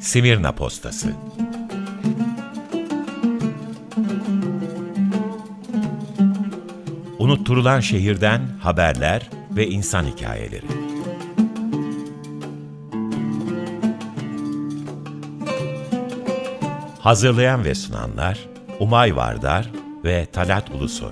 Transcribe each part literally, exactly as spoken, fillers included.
Simirna Postası. Unutturulan şehirden haberler ve insan hikayeleri. Hazırlayan ve sunanlar Umay Vardar ve Talat Ulusoy.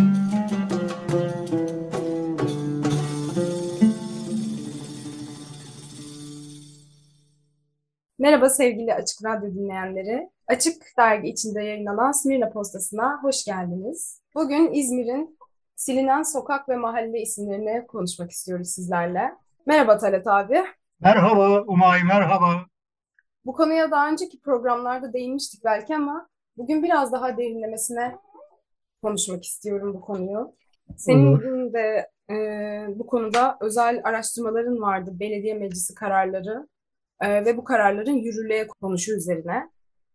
Merhaba sevgili Açık Radyo dinleyenleri. Açık Dergi içinde yayınlanan Simirna Postası'na hoş geldiniz. Bugün İzmir'in silinen sokak ve mahalle isimlerini konuşmak istiyoruz sizlerle. Merhaba Talat abi. Merhaba Umay, merhaba. Bu konuya daha önceki programlarda değinmiştik belki ama bugün biraz daha derinlemesine konuşmak istiyorum bu konuyu. Olur. Senin de e, bu konuda özel araştırmaların vardı, belediye meclisi kararları e, ve bu kararların yürürlüğe konuşu üzerine.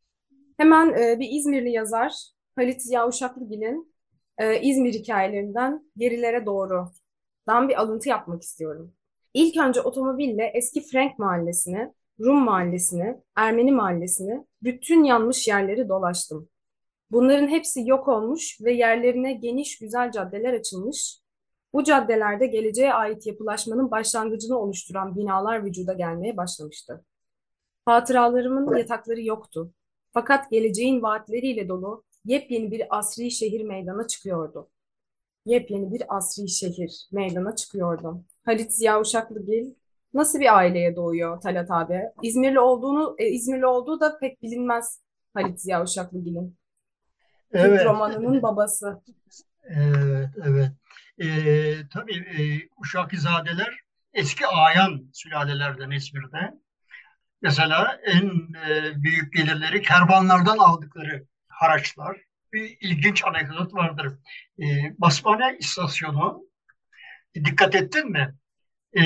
Hemen e, bir İzmirli yazar Halit Ziya Uşaklıgil'in e, İzmir hikayelerinden gerilere doğrudan bir alıntı yapmak istiyorum. İlk önce otomobille eski Frank mahallesini, Rum mahallesini, Ermeni mahallesini, bütün yanmış yerleri dolaştım. Bunların hepsi yok olmuş ve yerlerine geniş güzel caddeler açılmış. Bu caddelerde geleceğe ait yapılaşmanın başlangıcını oluşturan binalar vücuda gelmeye başlamıştı. Hatıralarımın yatakları yoktu. Fakat geleceğin vaatleriyle dolu yepyeni bir asri şehir meydana çıkıyordu. Yepyeni bir asri şehir meydana çıkıyordu. Halit Ziya Uşaklıgil nasıl bir aileye doğuyor Talat abi? İzmirli olduğunu, e, İzmirli olduğu da pek bilinmez Halit Ziya Uşaklıgil'in. Türk Evet, romanının babası. evet, evet. Ee, tabii e, Uşakizadeler eski ayan sülalelerden İzmir'de. Mesela en e, büyük gelirleri kervanlardan aldıkları haraçlar. Bir ilginç anekdot vardır. Ee, Basmane istasyonu, dikkat ettin mi? Ee,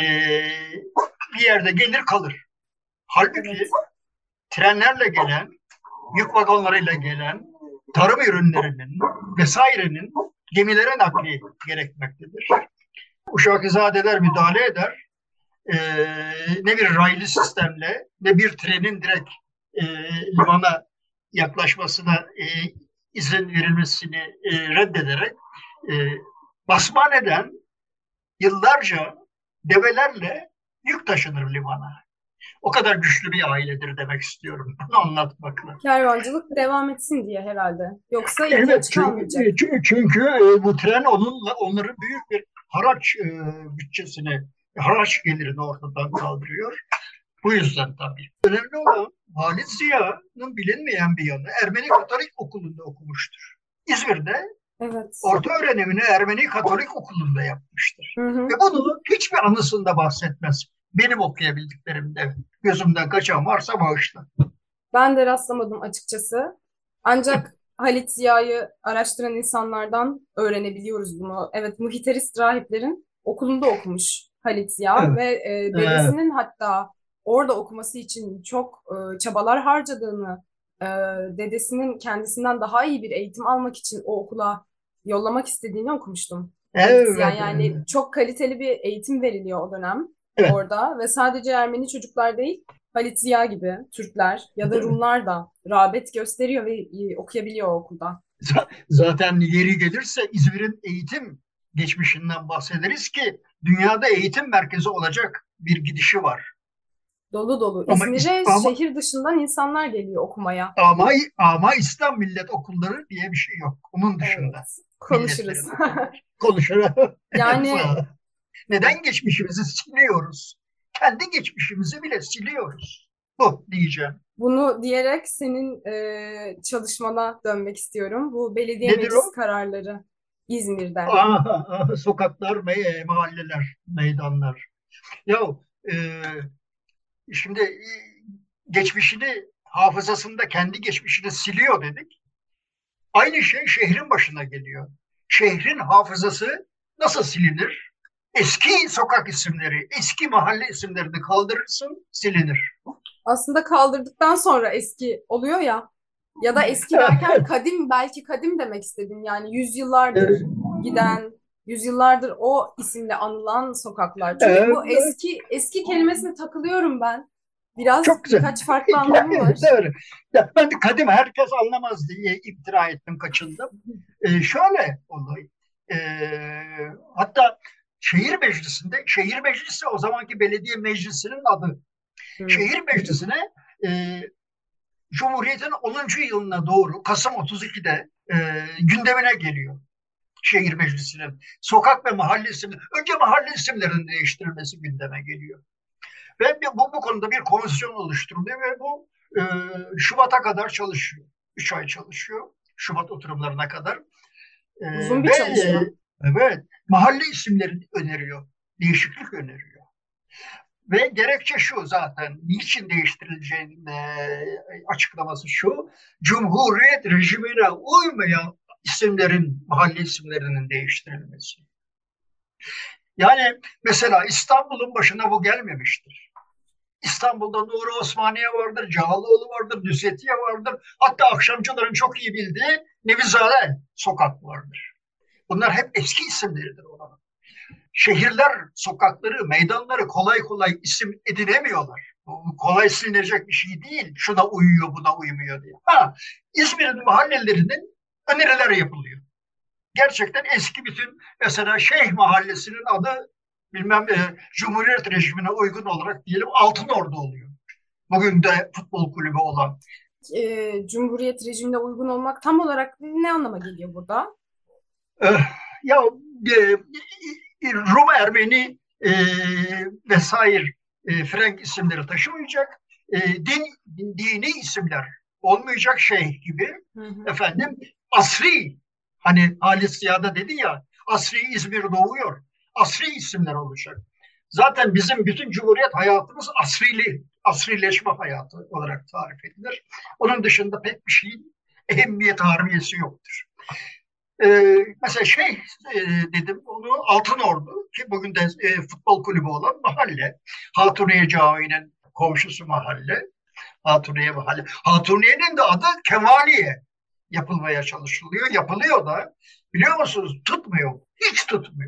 bir yerde gelir kalır. Halbuki Evet. trenlerle gelen, yük vagonlarıyla gelen tarım ürünlerinin vesairenin gemilere nakli gerekmektedir. Uşakizadeler müdahale eder. Ee, ne bir raylı sistemle ne bir trenin direkt e, limana yaklaşmasına e, izin verilmesini e, reddederek e, Basmane'den yıllarca develerle yük taşınır limana. O kadar güçlü bir ailedir demek istiyorum. Bunu anlatmakla. Kervancılık devam etsin diye herhalde. Yoksa Evet, ihtiyaç çünkü kalmayacak. çünkü e, bu tren onunla onların büyük bir haraç e, bütçesini, haraç gelirini ortadan kaldırıyor. Bu yüzden tabii. Önemli olan Halit Ziya'nın bilinmeyen bir yanı Ermeni Katolik Okulu'nda okumuştur. İzmir'de Evet. orta öğrenimini Ermeni Katolik Okulu'nda yapmıştır. Hı Ve hı. bunu hiçbir anısında bahsetmez. Benim okuyabildiklerimde gözümden kaçan varsa bağışla. Ben de rastlamadım açıkçası. Ancak Halit Ziya'yı araştıran insanlardan öğrenebiliyoruz bunu. Evet, muhiterist rahiplerin okulunda okumuş Halit Ziya Evet, ve e, evet, dedesinin hatta orada okuması için çok e, çabalar harcadığını, e, dedesinin kendisinden daha iyi bir eğitim almak için o okula yollamak istediğini okumuştum. Halit Ziya evet, yani evet. çok kaliteli bir eğitim veriliyor o dönem Evet. orada ve sadece Ermeni çocuklar değil, Halit Ziya gibi Türkler ya da Rumlar da rağbet gösteriyor ve e, okuyabiliyor o okulda. Zaten yeri gelirse İzmir'in eğitim geçmişinden bahsederiz ki dünyada eğitim merkezi olacak bir gidişi var. Dolu dolu. Ama İzmir'e ama şehir dışından insanlar geliyor okumaya. ama ama İslam millet okulları diye bir şey yok. Onun dışında Evet, konuşuruz. milletlerin okulları. Konuşarak Yani neden geçmişimizi siliyoruz? Kendi geçmişimizi bile siliyoruz. Bu diyeceğim. bunu diyerek senin e, çalışmana dönmek istiyorum. Bu belediye Nedir meclis o? kararları İzmir'de. Aha, aha, sokaklar, me- mahalleler, meydanlar. Ya e, şimdi e, geçmişini hafızasında kendi geçmişini siliyor dedik. Aynı şey şehrin başına geliyor. Şehrin hafızası nasıl silinir? Eski sokak isimleri, eski mahalle isimlerini kaldırırsın, silinir. Aslında kaldırdıktan sonra eski oluyor ya. Ya da eski derken kadim, belki kadim demek istedim. Yani yüzyıllardır giden, yüzyıllardır o isimle anılan sokaklar. Çünkü bu Evet, eski eski kelimesine takılıyorum ben. Biraz Çok güzel. birkaç farklı anlamı var. Doğru. Ya ben de kadim herkes anlamaz diye iftira ettim, kaçındım. Ee, şöyle olay. Ee, hatta şehir meclisinde, şehir meclisi o zamanki belediye meclisinin adı. Hı. Şehir meclisine e, Cumhuriyet'in onuncu yılına doğru Kasım otuz ikide e, gündemine geliyor. Şehir meclisinin sokak ve mahalle isimleri, önce mahalle isimlerinin değiştirilmesi gündeme geliyor. Ve bu, bu konuda bir komisyon oluşturuluyor ve bu e, Şubat'a kadar çalışıyor. Üç ay çalışıyor. Şubat oturumlarına kadar. E, Uzun bir ve çalışma. e, evet, mahalle isimlerini öneriyor. Değişiklik öneriyor. Ve gerekçe şu zaten. Niçin değiştirileceğinin e, açıklaması şu. Cumhuriyet rejimine uymayan isimlerin, mahalle isimlerinin değiştirilmesi. Yani mesela İstanbul'un başına bu gelmemiştir. İstanbul'da Nuri Osmaniye vardır, Cağaloğlu vardır, Nusretiye vardır. Hatta akşamcıların çok iyi bildiği Nevizade Sokak vardır. Bunlar hep eski isimleridir oranın. Şehirler, sokakları, meydanları kolay kolay isim edinemiyorlar. Bu kolay silinecek bir şey değil. Şuna uyuyor, buna uymuyor diye. Ha, İzmir'in mahallelerinin öneriler yapılıyor. Gerçekten eski bütün, mesela Şeyh Mahallesi'nin adı bilmem e, Cumhuriyet rejimine uygun olarak diyelim Altınordu oluyor. Bugün de futbol kulübü olan. E, Cumhuriyet rejimine uygun olmak tam olarak ne anlama geliyor burada? E, ya e, Rum, Ermeni e, vesaire e, Frank isimleri taşımayacak. E, din, dini isimler olmayacak, şey gibi. Hı hı. Efendim asri, hani Halis Ziya'da dedi ya, asri İzmir doğuyor. Asri isimler olacak. Zaten bizim bütün Cumhuriyet hayatımız asrili, asrileşme hayatı olarak tarif edilir. Onun dışında pek bir şeyin ehemmiyet harbiyesi yoktur. Ee, mesela şey e, dedim onu, Altınordu ki bugün de e, futbol kulübü olan mahalle. Hatuniye Camii'nin komşusu mahalle. Hatuniye mahalle. Hatuniye'nin de adı Kemaliye yapılmaya çalışılıyor. Yapılıyor da, biliyor musunuz, tutmuyor. Hiç tutmuyor.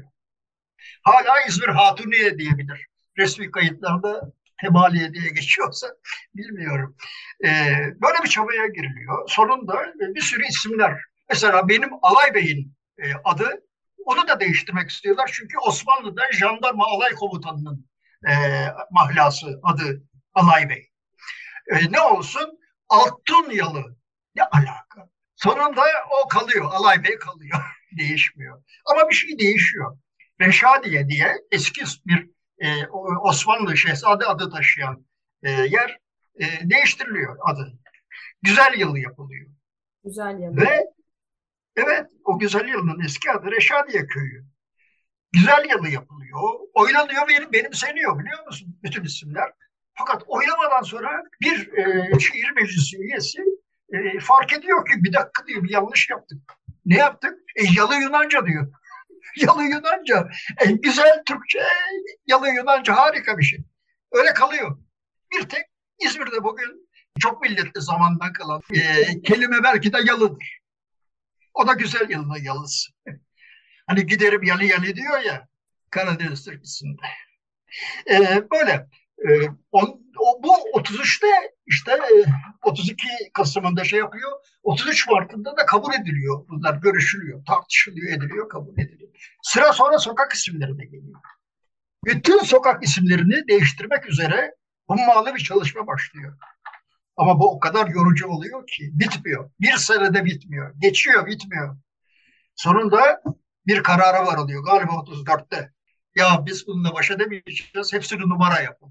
Hala İzmir Hatuniye diyebilir. Resmi kayıtlarda Kemaliye diye geçiyorsa bilmiyorum. Ee, böyle bir çabaya giriliyor. Sonunda bir sürü isimler. Mesela benim Alay Bey'in e, adı, onu da değiştirmek istiyorlar. Çünkü Osmanlı'da jandarma alay komutanının e, mahlası adı Alay Bey. E, ne olsun? Altunyalı. Ne alaka? Sonunda o kalıyor. Alay Bey kalıyor. Değişmiyor. Ama bir şey değişiyor. Reşadiye diye eski bir e, Osmanlı şehzade adı taşıyan e, yer e, değiştiriliyor adı. Güzel Yılı yapılıyor. Güzel yanı. Ve evet, o Güzel Yılı'nın eski adı Reşadiye Köyü. Güzel Yılı yapılıyor. Oynanıyor, benim, benimseniyor, biliyor musun? Bütün isimler. Fakat oynamadan sonra bir e, şehir meclisi üyesi e, fark ediyor ki bir dakika diyor, bir yanlış yaptık. Ne yaptık? E, Yalı Yunanca diyor. Yalı Yunanca. En güzel Türkçe, Yalı Yunanca harika bir şey. Öyle kalıyor. Bir tek İzmir'de bugün çok milletli zamandan kalan e, kelime belki de yalıdır. O da Güzel Yalı'nın yalısı. Hani giderim yalı yalı diyor ya Karadeniz Türküsü'nde. E, böyle. E, on, o, bu otuz üçte işte e, otuz iki Kasım'ında şey yapıyor. otuz üç Mart'ında da kabul ediliyor. Bunlar görüşülüyor, tartışılıyor, ediliyor, kabul ediliyor. Sıra sonra sokak isimlerine geliyor. Bütün sokak isimlerini değiştirmek üzere hummalı bir çalışma başlıyor. Ama bu o kadar yorucu oluyor ki bitmiyor. Bir senede bitmiyor. Geçiyor, bitmiyor. Sonunda bir karara varılıyor galiba otuz dörtte. Ya biz bununla baş edemeyeceğiz. Hepsini numara yapın.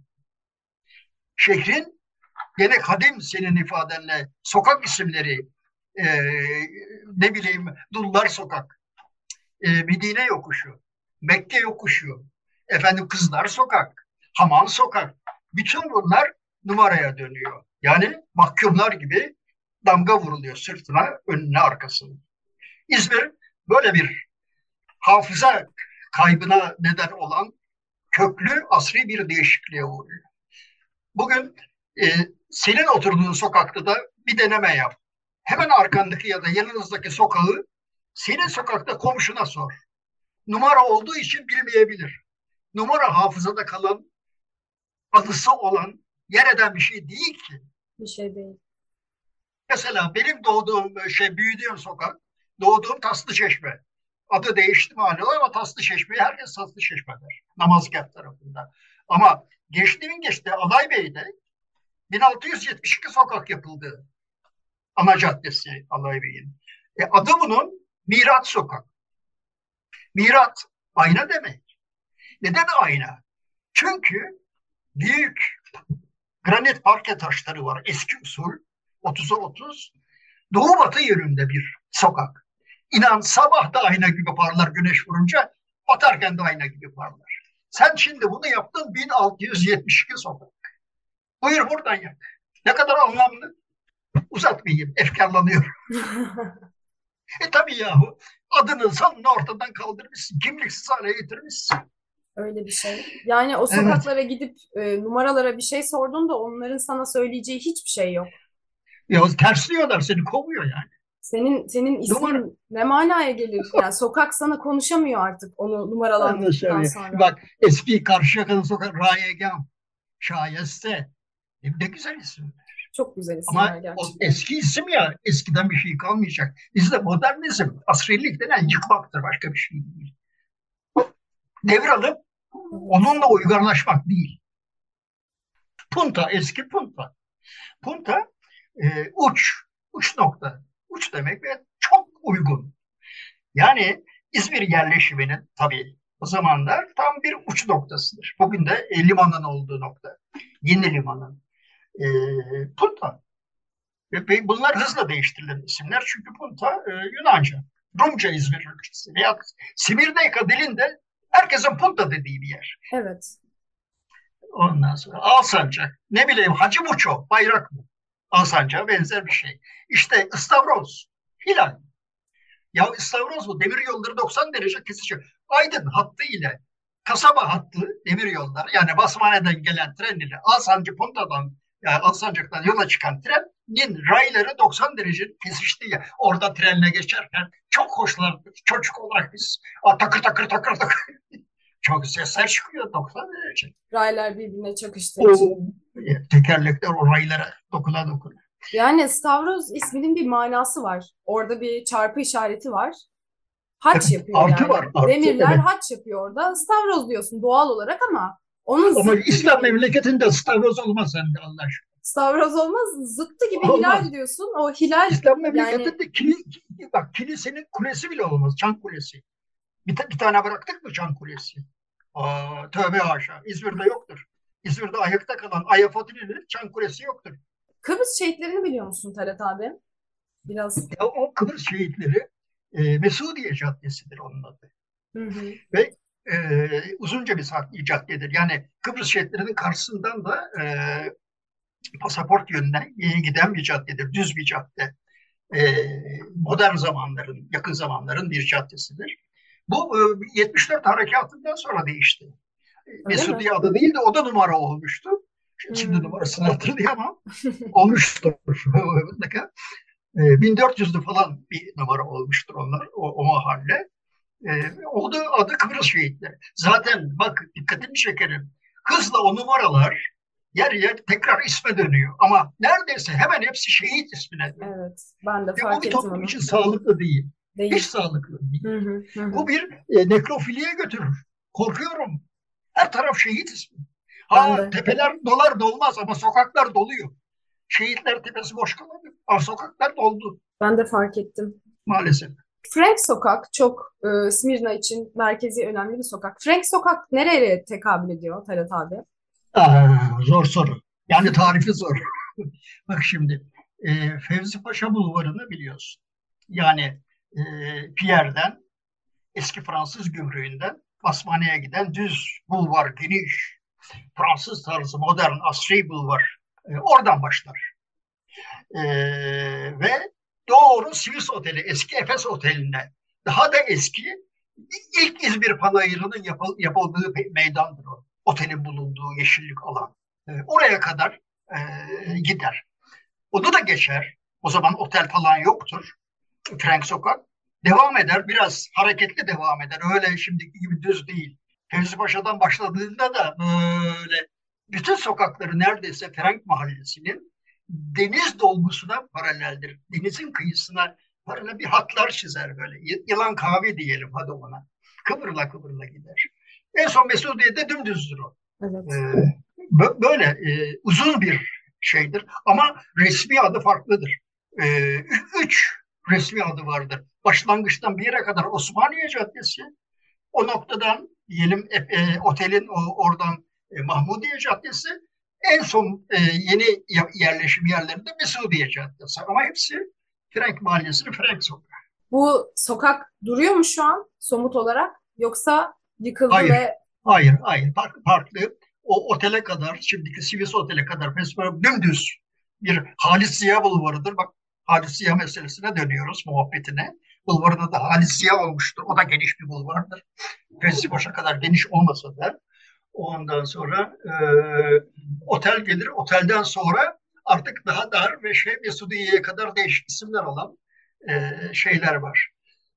Şehrin gene kadim, senin ifadenle, sokak isimleri, e, ne bileyim, Dullar Sokak, e, Medine Yokuşu, Mekke Yokuşu, efendim Kızlar Sokak, Haman Sokak. Bütün bunlar numaraya dönüyor. Yani mahkumlar gibi damga vuruluyor sırtına, önüne, arkasına. İzmir böyle bir hafıza kaybına neden olan köklü asri bir değişikliğe uğruyor. Bugün e, senin oturduğun sokakta da bir deneme yap. Hemen arkandaki ya da yanınızdaki sokağı senin sokakta komşuna sor. Numara olduğu için bilmeyebilir. Numara hafızada kalan, anısı olan yer eden bir şey değil ki. Bir şey değil. Mesela benim doğduğum şey, büyüdüğüm sokak, doğduğum Taslıçeşme. Adı değişti maalesef ama Taslıçeşme'yi herkes Taslıçeşme der. Namazkent tarafında. Ama geçtiğin geçti Alaybey'de bin altı yüz yetmiş iki sokak yapıldı. Ana caddesi Alaybey'in. E, adı bunun Mirat Sokak. Mirat, ayna demek. Neden ayna? Çünkü büyük granit parke taşları var. Eski usul, otuza otuz. Doğu batı yönünde bir sokak. İnan sabah da ayna gibi parlar güneş vurunca, batarken de ayna gibi parlar. Sen şimdi bunu yaptın bin altı yüz yetmiş iki sokak. Buyur buradan yap. Ne kadar anlamlı. Uzatmayayım, efkarlanıyorum. E tabii yahu, adının sonunu ortadan kaldırmışsın, kimliksiz hale getirmişsin. Öyle bir şey. Yani o Evet. sokaklara gidip e, numaralara bir şey sorduğunda onların sana söyleyeceği hiçbir şey yok. Ya tersliyorlar, seni kovuyor yani. Senin senin Numara. ismin ne manaya gelir? Yani sokak sana konuşamıyor artık onu numaralandıktan Anlaşılıyor. sonra. Bak, eski Karşıyaka'nın sokak Rayegam, Şayeste. Ne ne güzel isim. Çok güzel isimler Ama o gerçekten. eski isim ya, eskiden bir şey kalmayacak. Bizde modernizm, asrilik denen yıkmaktır, başka bir şey değil. Devralıp onunla uygarlaşmak değil. Punta, eski punta. Punta, e, uç, uç nokta. Uç demek ve çok uygun. Yani İzmir yerleşiminin tabii o zamanlar tam bir uç noktasıdır. Bugün de e, limanın olduğu nokta. Yeni limanın. E, Punta. Ve bunlar hızla değiştirilen isimler. Çünkü Punta e, Yunanca. Rumca İzmir ülkesi. Veya Simirdeyka dilinde herkesin Punta dediği bir yer. Evet. Ondan sonra Alsancak. Ne bileyim Hacı Muço, bayrak mı? Alsancak'a benzer bir şey. İşte İstavroz, Hilal. Ya İstavroz bu. Demir yolları doksan derece kesişiyor. Aydın hattı ile kasaba hattı demir yollar. Yani Basmane'den gelen tren ile Alsancak Punta'dan, yani Alsancak'tan yola çıkan trenin rayları doksan derece kesiştiği yer. Orada trenle geçerken çok hoşlandık. Çocuk olarak biz a, takır takır takır takır. Çok sesler çıkıyor doksan derece. Raylar birbirine çakıştığı O için. tekerlekler o raylara dokuna dokuna. Yani Stavros isminin bir manası var. Orada bir çarpı işareti var. Haç Evet, yapıyor artı yani. var. Artı, Demirler evet. haç yapıyor orada. Stavros diyorsun doğal olarak ama onun Ama zıttı İslam gibi. memleketinde stavroz olmaz sende Allah aşkına. Stavros olmaz. Zıttı gibi hilal Olmaz. diyorsun. O hilal İslam yani memleketinde kili, bak kilisenin kulesi bile olmaz. Çan kulesi. Bir, ta- bir tane bıraktık mı çan kulesi? Aa, tövbe haşa. İzmir'de yoktur. İzmir'de ayakta kalan Ayafatili'nin çan kulesi yoktur. Kıbrıs şehitlerini biliyor musun Talat abi? Biraz. Ya o Kıbrıs şehitleri e, Mesudiye Caddesi'dir onun adı. Hı hı. Ve e, uzunca bir saat caddedir. Yani Kıbrıs şehitlerinin karşısından da e, pasaport yönüne giden bir caddedir. Düz bir cadde. E, modern zamanların, yakın zamanların bir caddesidir. Bu e, yetmiş dört harekatından sonra değişti. Öyle mi? Mesudiye adı değil de o da numara olmuştu. Şimdi Hmm. numarasını hatırlayamam. Olmuştur mutlaka. E, bin dört yüzlü falan bir numara olmuştur onlar o, o mahalle. E, o da adı Kıbrıs Şehitleri. Zaten bak dikkatimi çekerim. Hızla o numaralar yer yer tekrar isme dönüyor. Ama neredeyse hemen hepsi şehit ismine dönüyor. Evet. Ben de Ve bu fark bir ettim toplum onu. için sağlıklı değil. Hiç Değil. sağlıklı değil. Hı hı, hı hı. Bu bir e, nekrofiliye götürür. Korkuyorum. Her taraf şehit ismi. Ben Ha de. tepeler dolar dolmaz ama sokaklar doluyor. Şehitler tepesi boş kalmadı. Ama sokaklar doldu Ben de fark ettim. maalesef. Frank Sokak çok e, Smyrna için merkezi önemli bir sokak. Frank Sokak nereye tekabül ediyor Talat abi? Aa, zor soru. Yani tarifi zor. Bak şimdi e, Fevzi Paşa Bulvarı'nı biliyorsun. Yani e, Pierre'den, eski Fransız gümrüğünden Basmane'ye giden düz bulvar, geniş, Fransız tarzı modern asri bulvar. E, oradan başlar. E, ve doğru Swiss Oteli, eski Efes Oteli'ne, daha da eski ilk İzmir Panayırı'nın yapıl, yapıldığı meydandır o. Otelin bulunduğu yeşillik alan. E, oraya kadar e, gider. Onu da geçer. O zaman otel falan yoktur. Frank Sokak. Devam eder. Biraz hareketli devam eder. Öyle şimdiki gibi düz değil. Fevzi Paşa'dan başladığında da böyle bütün sokakları neredeyse Frank Mahallesi'nin deniz dolgusuna paraleldir. Denizin kıyısına paralel bir hatlar çizer böyle. Y- Yılan kahve diyelim hadi ona. Kıvrıla kıvrıla gider. En son Mesudiye'de dümdüzdür o. Ee, Evet. bö- böyle e, uzun bir şeydir ama resmi adı farklıdır. Ee, üç resmi adı vardır. Başlangıçtan bir yere kadar Osmaniye Caddesi, o noktadan diyelim e, e, otelin o, oradan e, Mahmudiye Caddesi, en son e, yeni yerleşim yerlerinde Mesudiye Caddesi. Ama hepsi Frank Mahallesi'nin Frank Sokağı. Bu sokak duruyor mu şu an somut olarak? Yoksa yıkıldı Hayır, ve hayır, hayır. Farklı, farklı. O otele kadar, şimdiki Swiss Otel'e kadar mesela dümdüz bir Halis Ziya Bulvarı'dır. Bak, Halis Ziya meselesine dönüyoruz, muhabbetine. Bulvarında da Halis Ziya olmuştur. O da geniş bir bulvardır. Fevzi Paşa kadar geniş olmasa da. Ondan sonra e, otel gelir. Otelden sonra artık daha dar ve şey Mesudiye'ye kadar değişik isimler olan e, şeyler var.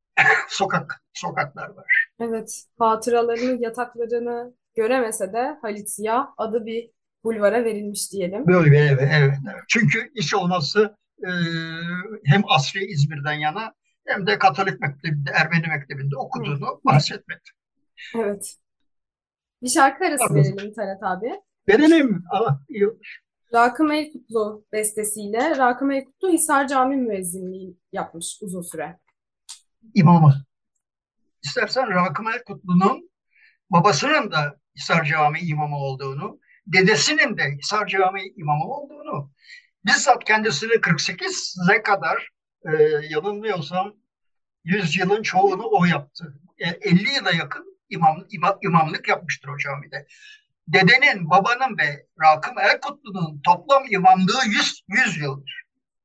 Sokak, sokaklar var. evet, hatıralarını, yataklarını göremese de Halit Ziya adı bir bulvara verilmiş diyelim. Böyle evet, evet, evet. Çünkü iş olması e, hem asri İzmir'den yana hem de Katolik mektebinde, Ermeni mektebinde Hı. okuduğunu bahsetmedi. Evet. Bir şarkı arası Pardon. verelim Talat abi. Verelim. Allah iyi olur. Rakım Eykutlu bestesiyle Rakım Eykutlu Hisar Camii müezzinliği yapmış uzun süre. İmamı. İstersen Rakım Erkutlu'nun babasının da Hisar Camii imamı olduğunu, dedesinin de Hisar Camii imamı olduğunu, bizzat kendisini kırk sekize kadar e, yanılmıyorsam yüz yılın çoğunu o yaptı. E, elli yıla yakın imam, imam, imamlık yapmıştır o camide. Dedenin, babanın ve Rakım Erkutlu'nun toplam imamlığı yüz, yüz yıldır.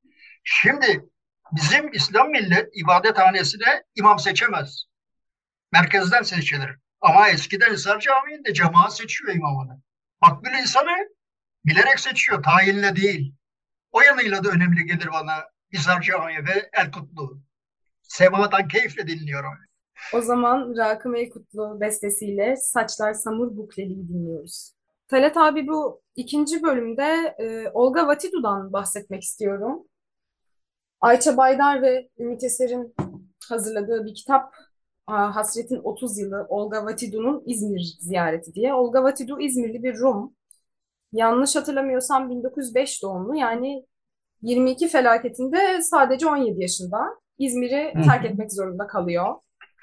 Şimdi bizim İslam millet ibadethanesine imam seçemez. Merkezden seçilir. Ama eskiden Hisar Camii'nde cemaat seçiyor imamını. Makbul insanı bilerek seçiyor, tayinle değil. O yanıyla da önemli gelir bana Hisar Camii ve Erkutlu. Semadan keyifle dinliyorum. O zaman Rakım Eykutlu bestesiyle Saçlar Samur Bukleli'yi dinliyoruz. Talat abi bu ikinci bölümde e, Olga Vatidu'dan bahsetmek istiyorum. Ayça Baydar ve Ümit Eser'in hazırladığı bir kitap a, Hasret'in otuz yılı Olga Vatidu'nun İzmir ziyareti diye. Olga Vatidu İzmirli bir Rum. Yanlış hatırlamıyorsam bin dokuz yüz beş doğumlu, yani yirmi iki felaketinde sadece on yedi yaşında İzmir'i Hı hı. terk etmek zorunda kalıyor.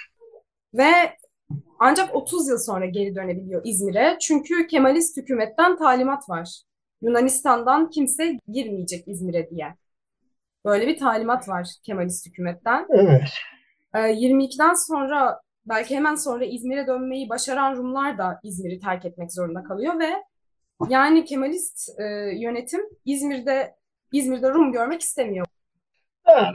Ve ancak otuz yıl sonra geri dönebiliyor İzmir'e. Çünkü Kemalist hükümetten talimat var. Yunanistan'dan kimse girmeyecek İzmir'e diye. Böyle bir talimat var Kemalist hükümetten. Evet. Ee, yirmi ikiden sonra, belki hemen sonra İzmir'e dönmeyi başaran Rumlar da İzmir'i terk etmek zorunda kalıyor ve yani Kemalist e, yönetim İzmir'de İzmir'de Rum görmek istemiyor. Yani,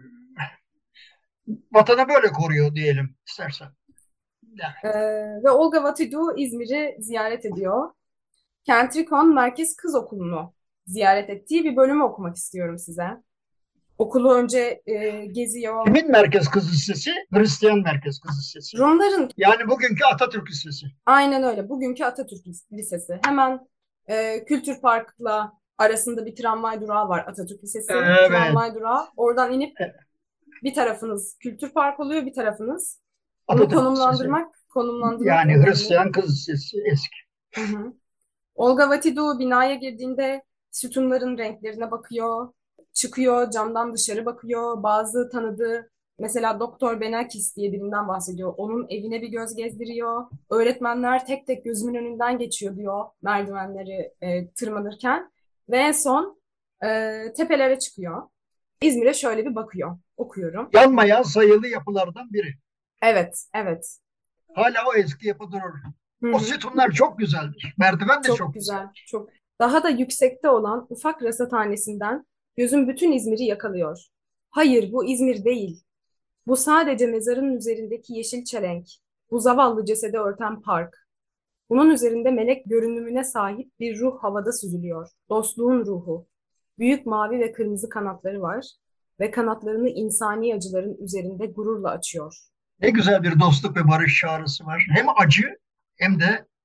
vatanı böyle koruyor diyelim istersen. Yani, Ee, ve Olga Vatidu İzmir'i ziyaret ediyor. Kentrikon Merkez Kız Okulu'nu ziyaret ettiği bir bölümü okumak istiyorum size. Okulu önce e, geziyor. kimin Merkez Kız Lisesi? Hristiyan Merkez Kız Lisesi. Rumların, Yani bugünkü Atatürk Lisesi. aynen öyle. Bugünkü Atatürk Lisesi. Hemen e, Kültür Park'la arasında bir tramvay durağı var, Atatürk Lisesi. Evet. Tramvay durağı. Oradan inip bir tarafınız Kültür Park oluyor, bir tarafınız. Bunu Atatürk Lisesi. konumlandırmak, konumlandırmak Yani önemli. Hristiyan Kız Lisesi eski. Hı hı. Olga Vatidu binaya girdiğinde sütunların renklerine bakıyor, çıkıyor, camdan dışarı bakıyor. Bazı tanıdığı, mesela Doktor Benakis diye birinden bahsediyor. Onun evine bir göz gezdiriyor. Öğretmenler tek tek gözümün önünden geçiyor diyor merdivenleri e, tırmanırken. Ve en son e, tepelere çıkıyor. İzmir'e şöyle bir bakıyor. Okuyorum. Yanmayan sayılı yapılardan biri. Evet, evet. Hala o eski yapı durur. Hı O hı. sütunlar çok güzeldir. Merdiven de Çok çok güzel, güzeldir. çok. Daha da yüksekte olan ufak rasathanesinden gözüm bütün İzmir'i yakalıyor. Hayır, bu İzmir değil. Bu sadece mezarın üzerindeki yeşil çelenk, bu zavallı cesedi örten park. Bunun üzerinde melek görünümüne sahip bir ruh havada süzülüyor. Dostluğun ruhu. Büyük mavi ve kırmızı kanatları var ve kanatlarını insani acıların üzerinde gururla açıyor. Ne güzel bir dostluk ve barış çağrısı var. Hem acı hem de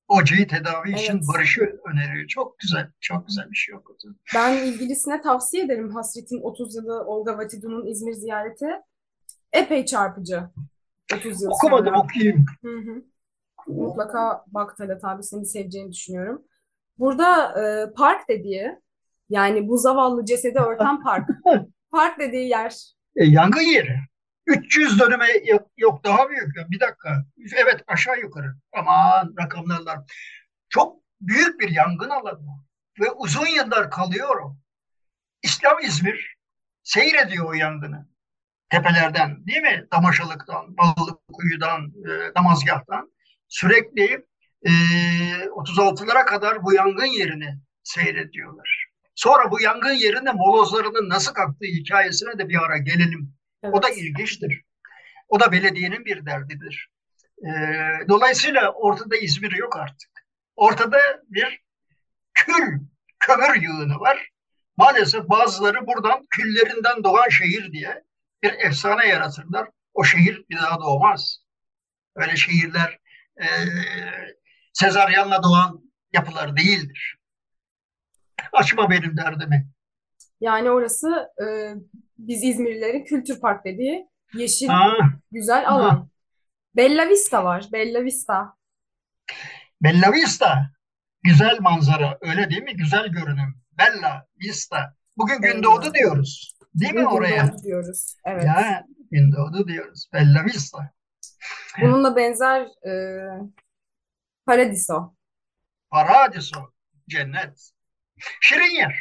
Hocayı tedavi için Evet. barışı öneriyor. Çok güzel, çok güzel bir şey okudum. Ben ilgilisine tavsiye ederim Hasret'in otuz yılı Olga Vatidu'nun İzmir ziyareti. Epey çarpıcı otuz yıl Okumadım, sonra. okuyayım. Hı hı. Mutlaka bak Talat abi, seni seveceğini düşünüyorum. Burada e, park dediği, yani bu zavallı cesedi örten park. Park dediği yer. E, yangın yeri. üç yüz dönüme yok, yok daha büyük. Bir dakika. Evet, aşağı yukarı. Aman rakamlarlar. Çok büyük bir yangın alanı. Ve uzun yıllar kalıyor o. İslam İzmir seyrediyor o yangını. Tepelerden, değil mi? Damaşalıktan, Ballıkuyu'dan, e, Damazgah'tan sürekli e, otuz altılara kadar bu yangın yerini seyrediyorlar. Sonra bu yangın yerinde molozlarının nasıl kalktığı hikayesine de bir ara gelelim. O da Evet. ilginçtir. O da belediyenin bir derdidir. E, dolayısıyla ortada İzmir yok artık. Ortada bir kül, kömür yığını var. Maalesef bazıları buradan küllerinden doğan şehir diye bir efsane yaratırlar. O şehir bir daha doğmaz. Öyle şehirler e, sezaryenle doğan yapılar değildir. Açma benim derdimi. Yani orası e, biz İzmirlilerin kültür park dediği yeşil, Ha, güzel ha. alan. Bella Vista var. Bella Vista. Bella Vista, güzel manzara, öyle değil mi? Güzel görünüm. Bella Vista. Bugün Gündoğdu Bella. diyoruz. Değil mi Bugün oraya? Gündoğdu diyoruz. Evet. Ya Gündoğdu diyoruz. Bella Vista. Bununla benzer e, Paradiso. Paradiso, cennet. Şirin yer.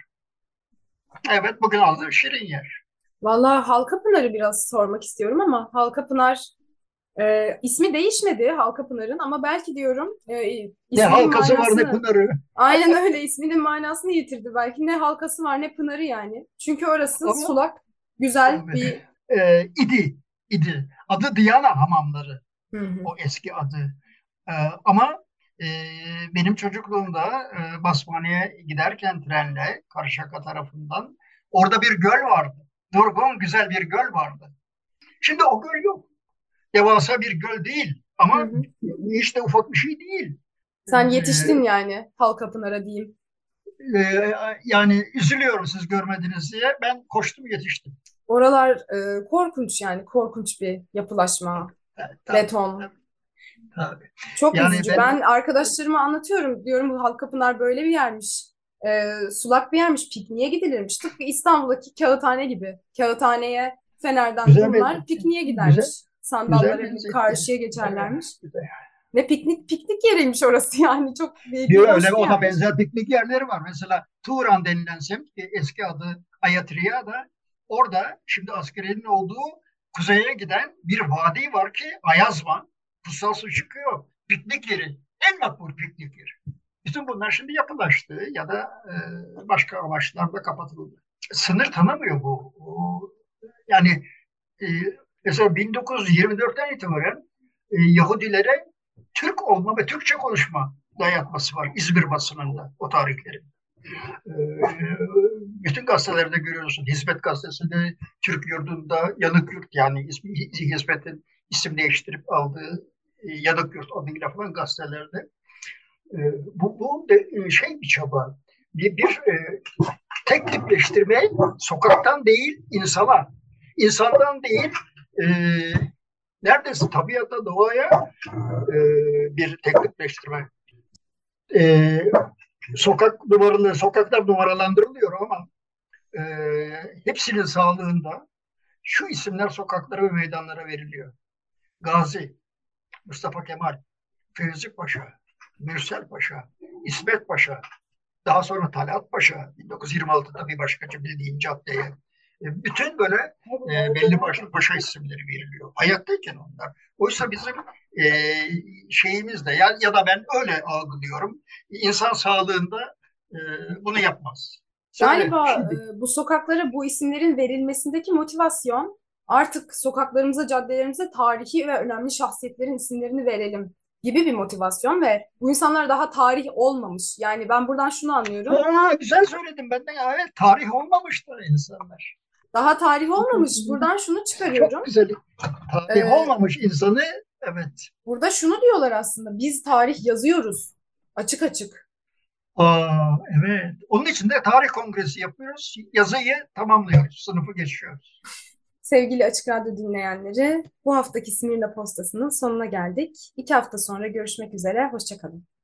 Evet, bugün aldım şirin yer. Vallahi Halkapınar'ı biraz sormak istiyorum ama Halkapınar e, ismi değişmedi Halkapınar'ın, ama belki diyorum e, Ne isminin halkası var ne manasını, pınarı. aynen öyle, isminin manasını yitirdi. Belki ne halkası var ne pınarı yani. Çünkü orası Ama sulak, güzel tabii, bir... e, idi, idi. Adı Diana Hamamları, Hı hı. o eski adı. E, ama e, benim çocukluğumda e, Basmane'ye giderken trenle Karşıyaka tarafından orada bir göl vardı. Durgun, güzel bir göl vardı. Şimdi o göl yok. Devasa bir göl değil Hı ama hı. hiç de ufak bir şey değil. Sen E, yetiştin yani Halkapınar'a diyeyim. e, yani üzülüyorum siz görmediniz diye. Ben koştum yetiştim. Oralar e, korkunç, yani korkunç bir yapılaşma, Evet, tabii, beton. tabii, tabii. Çok Yani üzücü. ben Ben arkadaşlarıma anlatıyorum. Diyorum bu Halkapınar böyle bir yermiş. Ee, sulak bir yermiş. Pikniğe gidilirmiş. Tıpkı İstanbul'daki kağıthane gibi. Kağıthaneye Fener'den güzel Rumlar benzettin. pikniğe Güzel, gidermiş. güzel Sandallara binip benzettin. karşıya Evet, geçerlermiş. güzel. Ve piknik piknik yeriymiş orası yani. Çok bir, bir Diyor öyle hoş bir o da yermiş. benzer piknik yerleri var. Mesela Turan denilen semt ki eski adı Ayatriya'da orada şimdi askeriyenin olduğu kuzeye giden bir vadi var ki Ayazman. Kutsal su çıkıyor. Piknik yeri. En makbul piknik yeri. Bütün bunlar şimdi yapılaştı ya da e, başka amaçlarla kapatıldı. Sınır tanımıyor bu. Bu- Yani e, mesela bin dokuz yüz yirmi dörtten itibaren e, Yahudilere Türk olma ve Türkçe konuşma dayatması var İzmir basınında o tarihlerin. E, bütün gazetelerde görüyorsun. Hizmet gazetesinde, Türk yurdunda, Yanık Yurt yani ismi, Hizmet'in isim değiştirip aldığı e, Yanık Yurt adıyla falan gazetelerde. E, bu bu de, e, şey bir çaba. Bir, bir e, tek tipleştirme sokaktan değil insana, insandan değil e, neredeyse tabiata, doğaya e, bir tek tipleştirme. E, sokak numaraları, sokaklar numaralandırılıyor ama e, hepsinin sağlığında şu isimler sokaklara ve meydanlara veriliyor. Gazi, Mustafa Kemal, Fevzi Paşa, Mürsel Paşa, İsmet Paşa, daha sonra Talat Paşa, bin dokuz yüz yirmi altıda bir başkaca bildiğin caddeye. E, bütün böyle e, belli başlı paşa isimleri veriliyor. Hayattayken onlar. Oysa bizim e, şeyimizde ya, ya da ben öyle algılıyorum. İnsan sağlığında e, bunu yapmaz. Söyle Galiba şimdi. e, bu sokaklara bu isimlerin verilmesindeki motivasyon, artık sokaklarımıza, caddelerimize tarihi ve önemli şahsiyetlerin isimlerini verelim gibi bir motivasyon ve bu insanlar daha tarih olmamış. Yani ben buradan şunu anlıyorum. Ha, güzel söyledim ben de. Ya, evet, tarih olmamışlar insanlar. Daha tarih olmamış. Buradan şunu Çok çıkarıyorum. güzel. Tarih Ee, olmamış insanı, evet. burada şunu diyorlar aslında. Biz tarih yazıyoruz. Açık açık. Aa, evet. Onun için de tarih kongresi yapıyoruz. Yazıyı tamamlıyoruz. Sınıfı geçiyoruz. Sevgili Açık Radyo dinleyenleri, bu haftaki Simirna Postası'nın sonuna geldik. İki hafta sonra görüşmek üzere, hoşça kalın.